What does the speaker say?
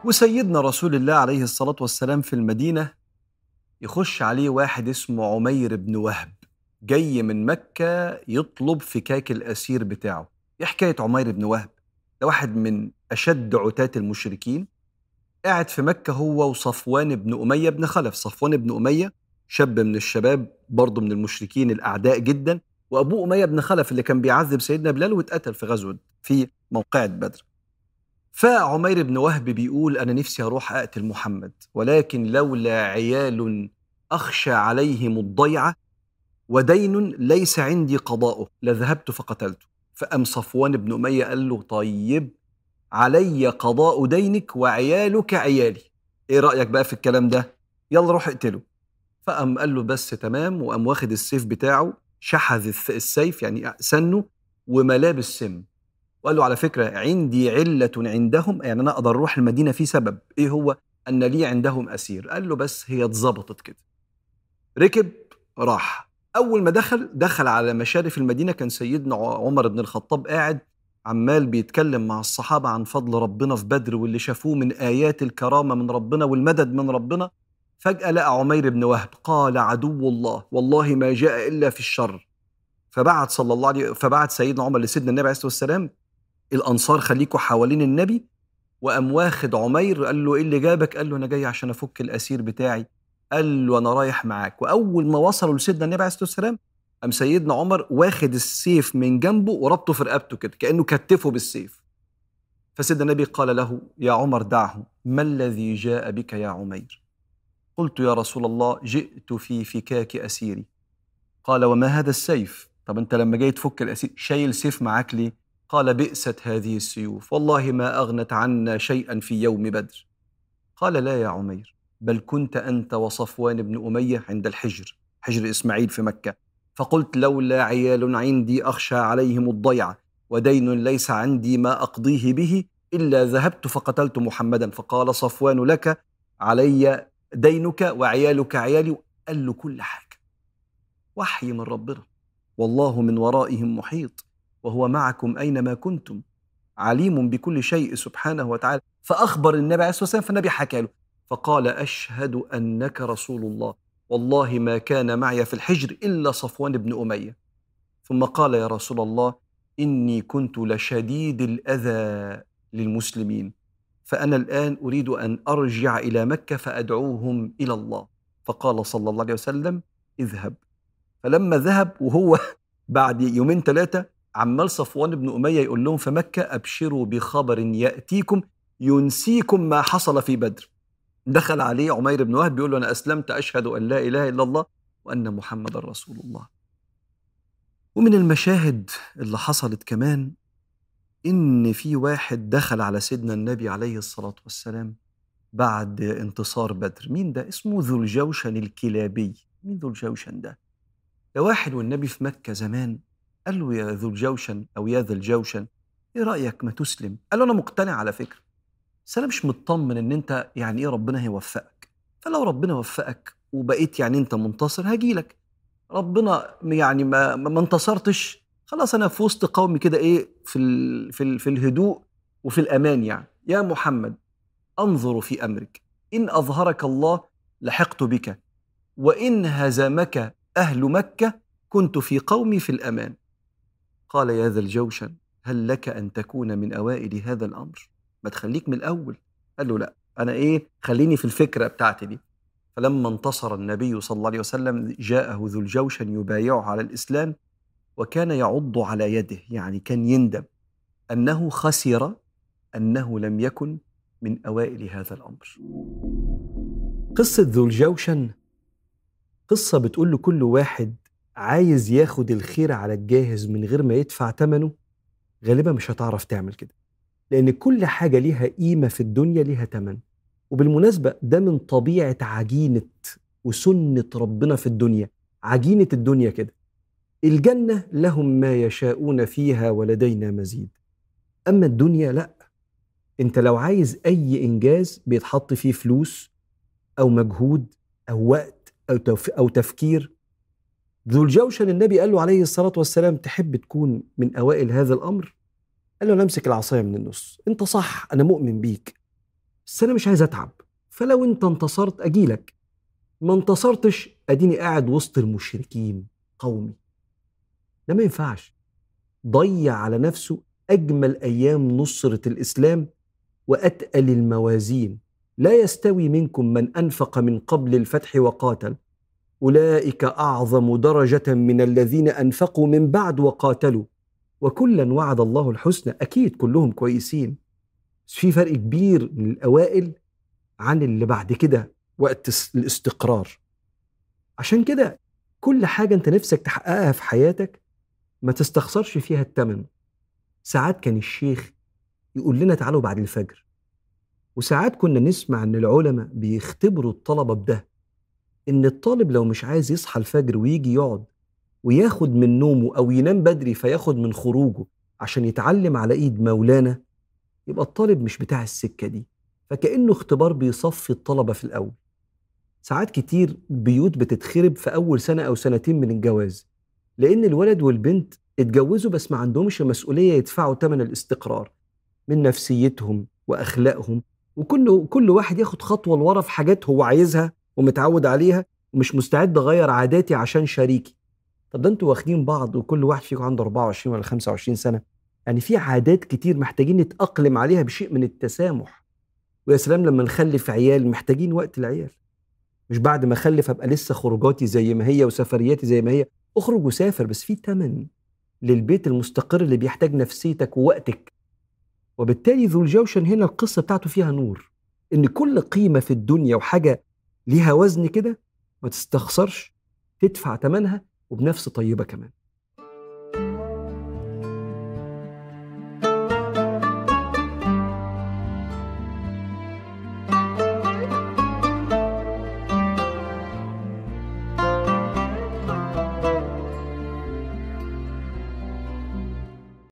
وسيدنا رسول الله عليه الصلاة والسلام في المدينة يخش عليه واحد اسمه عمير بن وهب، جاي من مكة يطلب فكاك الأسير بتاعه. إيه حكاية عمير بن وهب؟ ده واحد من أشد عتاة المشركين، قاعد في مكة هو وصفوان بن أمية بن خلف. صفوان بن أمية شاب من الشباب برضه من المشركين الأعداء جدا، وأبوه أمية بن خلف اللي كان بيعذب سيدنا بلال واتقتل في غزوة في موقعة بدر. فعمير بن وهب بيقول أنا نفسي أروح أقتل محمد، ولكن لولا عيال أخشى عليهم الضيعة ودين ليس عندي قضاؤه لذهبت فقتلته. فأم صفوان بن أمية قال له طيب، علي قضاء دينك وعيالك عيالي، إيه رأيك بقى في الكلام ده؟ يلا روح اقتله. فأم قال له بس تمام، وأم واخد السيف بتاعه، شحذ السيف يعني سنه وملاه بالسم، وقال له على فكرة عندي علة عندهم، يعني أنا أقدر أروح المدينة في سبب، إيه هو؟ أن لي عندهم أسير. قال له بس هي اتظبطت كده. ركب راح. أول ما دخل على مشارف المدينة، كان سيدنا عمر بن الخطاب قاعد عمال بيتكلم مع الصحابة عن فضل ربنا في بدر واللي شافوه من آيات الكرامة من ربنا والمدد من ربنا. فجأة لقى عمير بن وهب قال عدو الله والله ما جاء إلا في الشر. فبعت سيدنا عمر لسيدنا النبي عليه الصلاة والسلام الأنصار خليكوا حوالين النبي، وقام واخد عمير قال له إيه اللي جابك؟ قال له أنا جاي عشان أفك الأسير بتاعي. قال له أنا رايح معاك. وأول ما وصلوا لسيدنا النبي عليه الصلاة والسلام قام سيدنا عمر واخد السيف من جنبه وربطه في رقبته كده كأنه كتفه بالسيف. فسيدنا النبي قال له يا عمر دعه، ما الذي جاء بك يا عمير؟ قلت يا رسول الله جئت في فكاك أسيري. قال وما هذا السيف؟ طب أنت لما جاي تفك الأسير شايل سيف معاك ليه؟ قال بئست هذه السيوف والله ما أغنت عنا شيئا في يوم بدر. قال لا يا عمير، بل كنت أنت وصفوان بن أمية عند الحجر، حجر إسماعيل في مكة، فقلت لولا عيال عندي أخشى عليهم الضيعة ودين ليس عندي ما أقضيه به إلا ذهبت فقتلت محمدا. فقال صفوان لك علي دينك وعيالك عيالي. قال له كل حاجة وحي من ربنا، والله من ورائهم محيط وهو معكم أينما كنتم عليم بكل شيء سبحانه وتعالى. فأخبر النبي عليه الصلاة والسلام، فالنبي حكى له فقال أشهد أنك رسول الله والله ما كان معي في الحجر إلا صفوان بن أمية. ثم قال يا رسول الله إني كنت لشديد الأذى للمسلمين، فأنا الآن أريد أن أرجع إلى مكة فأدعوهم إلى الله. فقال صلى الله عليه وسلم اذهب. فلما ذهب وهو بعد يومين ثلاثة عمال صفوان بن أمية يقول لهم في مكة أبشروا بخبر يأتيكم ينسيكم ما حصل في بدر. دخل عليه عمير بن وهب بيقول له أنا أسلمت أشهد أن لا إله إلا الله وأن محمد رسول الله. ومن المشاهد اللي حصلت كمان إن في واحد دخل على سيدنا النبي عليه الصلاة والسلام بعد انتصار بدر. مين ده؟ اسمه ذو الجوشن الكلابي. مين ذو الجوشن ده؟ ده واحد والنبي في مكة زمان قال له يا ذو الجوشن أو يا ذا الجوشن إيه رأيك ما تسلم؟ قال له أنا مقتنع على فكرة، بس أنا مش مطمن إن أنت يعني إيه ربنا هيوفقك. فلو ربنا وفقك وبقيت يعني أنت منتصر هجيلك، ربنا يعني ما انتصرتش خلاص أنا في وسط قومي كده إيه في الهدوء وفي الأمان. يعني يا محمد أنظر في أمرك، إن أظهرك الله لحقت بك، وإن هزمك أهل مكة كنت في قومي في الأمان. قال يا ذا الجوشن هل لك أن تكون من أوائل هذا الأمر؟ ما تخليك من الأول. قال له لا، أنا إيه خليني في الفكرة بتاعتي دي. فلما انتصر النبي صلى الله عليه وسلم جاءه ذو الجوشن يبايعه على الإسلام، وكان يعض على يده، يعني كان يندم أنه خسر، أنه لم يكن من أوائل هذا الأمر. قصة ذو الجوشن قصة بتقول له كل واحد عايز ياخد الخير على الجاهز من غير ما يدفع ثمنه غالبا مش هتعرف تعمل كده، لأن كل حاجة ليها قيمة في الدنيا ليها ثمن. وبالمناسبة ده من طبيعة عجينة وسنة ربنا في الدنيا. عجينة الدنيا كده، الجنة لهم ما يشاءون فيها ولدينا مزيد. أما الدنيا لأ، أنت لو عايز أي إنجاز بيتحط فيه فلوس أو مجهود أو وقت أو تفكير. ذو الجوشن النبي قال له عليه الصلاة والسلام تحب تكون من أوائل هذا الأمر؟ قال له نمسك العصاية من النص، أنت صح أنا مؤمن بيك، بس أنا مش عايز أتعب، فلو أنت انتصرت أجيلك، ما انتصرتش أديني قاعد وسط المشركين قومي. ده ما ينفعش. ضيع على نفسه أجمل أيام نصرة الإسلام وأتقل الموازين. لا يستوي منكم من أنفق من قبل الفتح وقاتل، أولئك أعظم درجة من الذين أنفقوا من بعد وقاتلوا، وكلا وعد الله الحسنى. أكيد كلهم كويسين، بس في فرق كبير من الأوائل عن اللي بعد كده وقت الاستقرار. عشان كده كل حاجة أنت نفسك تحققها في حياتك ما تستخسرش فيها التمن. ساعات كان الشيخ يقول لنا تعالوا بعد الفجر، وساعات كنا نسمع ان العلماء بيختبروا الطلبة بده، ان الطالب لو مش عايز يصحى الفجر ويجي يقعد وياخد من نومه او ينام بدري فياخد من خروجه عشان يتعلم على ايد مولانا، يبقى الطالب مش بتاع السكة دي. فكأنه اختبار بيصفي الطلبة في الاول. ساعات كتير بيوت بتتخرب في اول سنة او سنتين من الجواز، لان الولد والبنت اتجوزوا بس ما عندهمش مسؤولية يدفعوا ثمن الاستقرار من نفسيتهم واخلاقهم، وكل واحد ياخد خطوه لورا في حاجات هو عايزها ومتعود عليها، ومش مستعد اغير عاداتي عشان شريكي. طب ده انتوا واخدين بعض وكل واحد فيكم عنده 24 ولا 25 سنه، يعني في عادات كتير محتاجين نتاقلم عليها بشيء من التسامح. ويا سلام لما نخلف عيال، محتاجين وقت العيال، مش بعد ما اخلف ابقى لسه خروجاتي زي ما هي وسفرياتي زي ما هي. اخرج وسافر، بس في تمن للبيت المستقر اللي بيحتاج نفسيتك ووقتك. وبالتالي ذو الجوشن هنا القصة بتاعته فيها نور، إن كل قيمة في الدنيا وحاجة ليها وزن كده ما تستخسرش تدفع ثمنها، وبنفس طيبة كمان.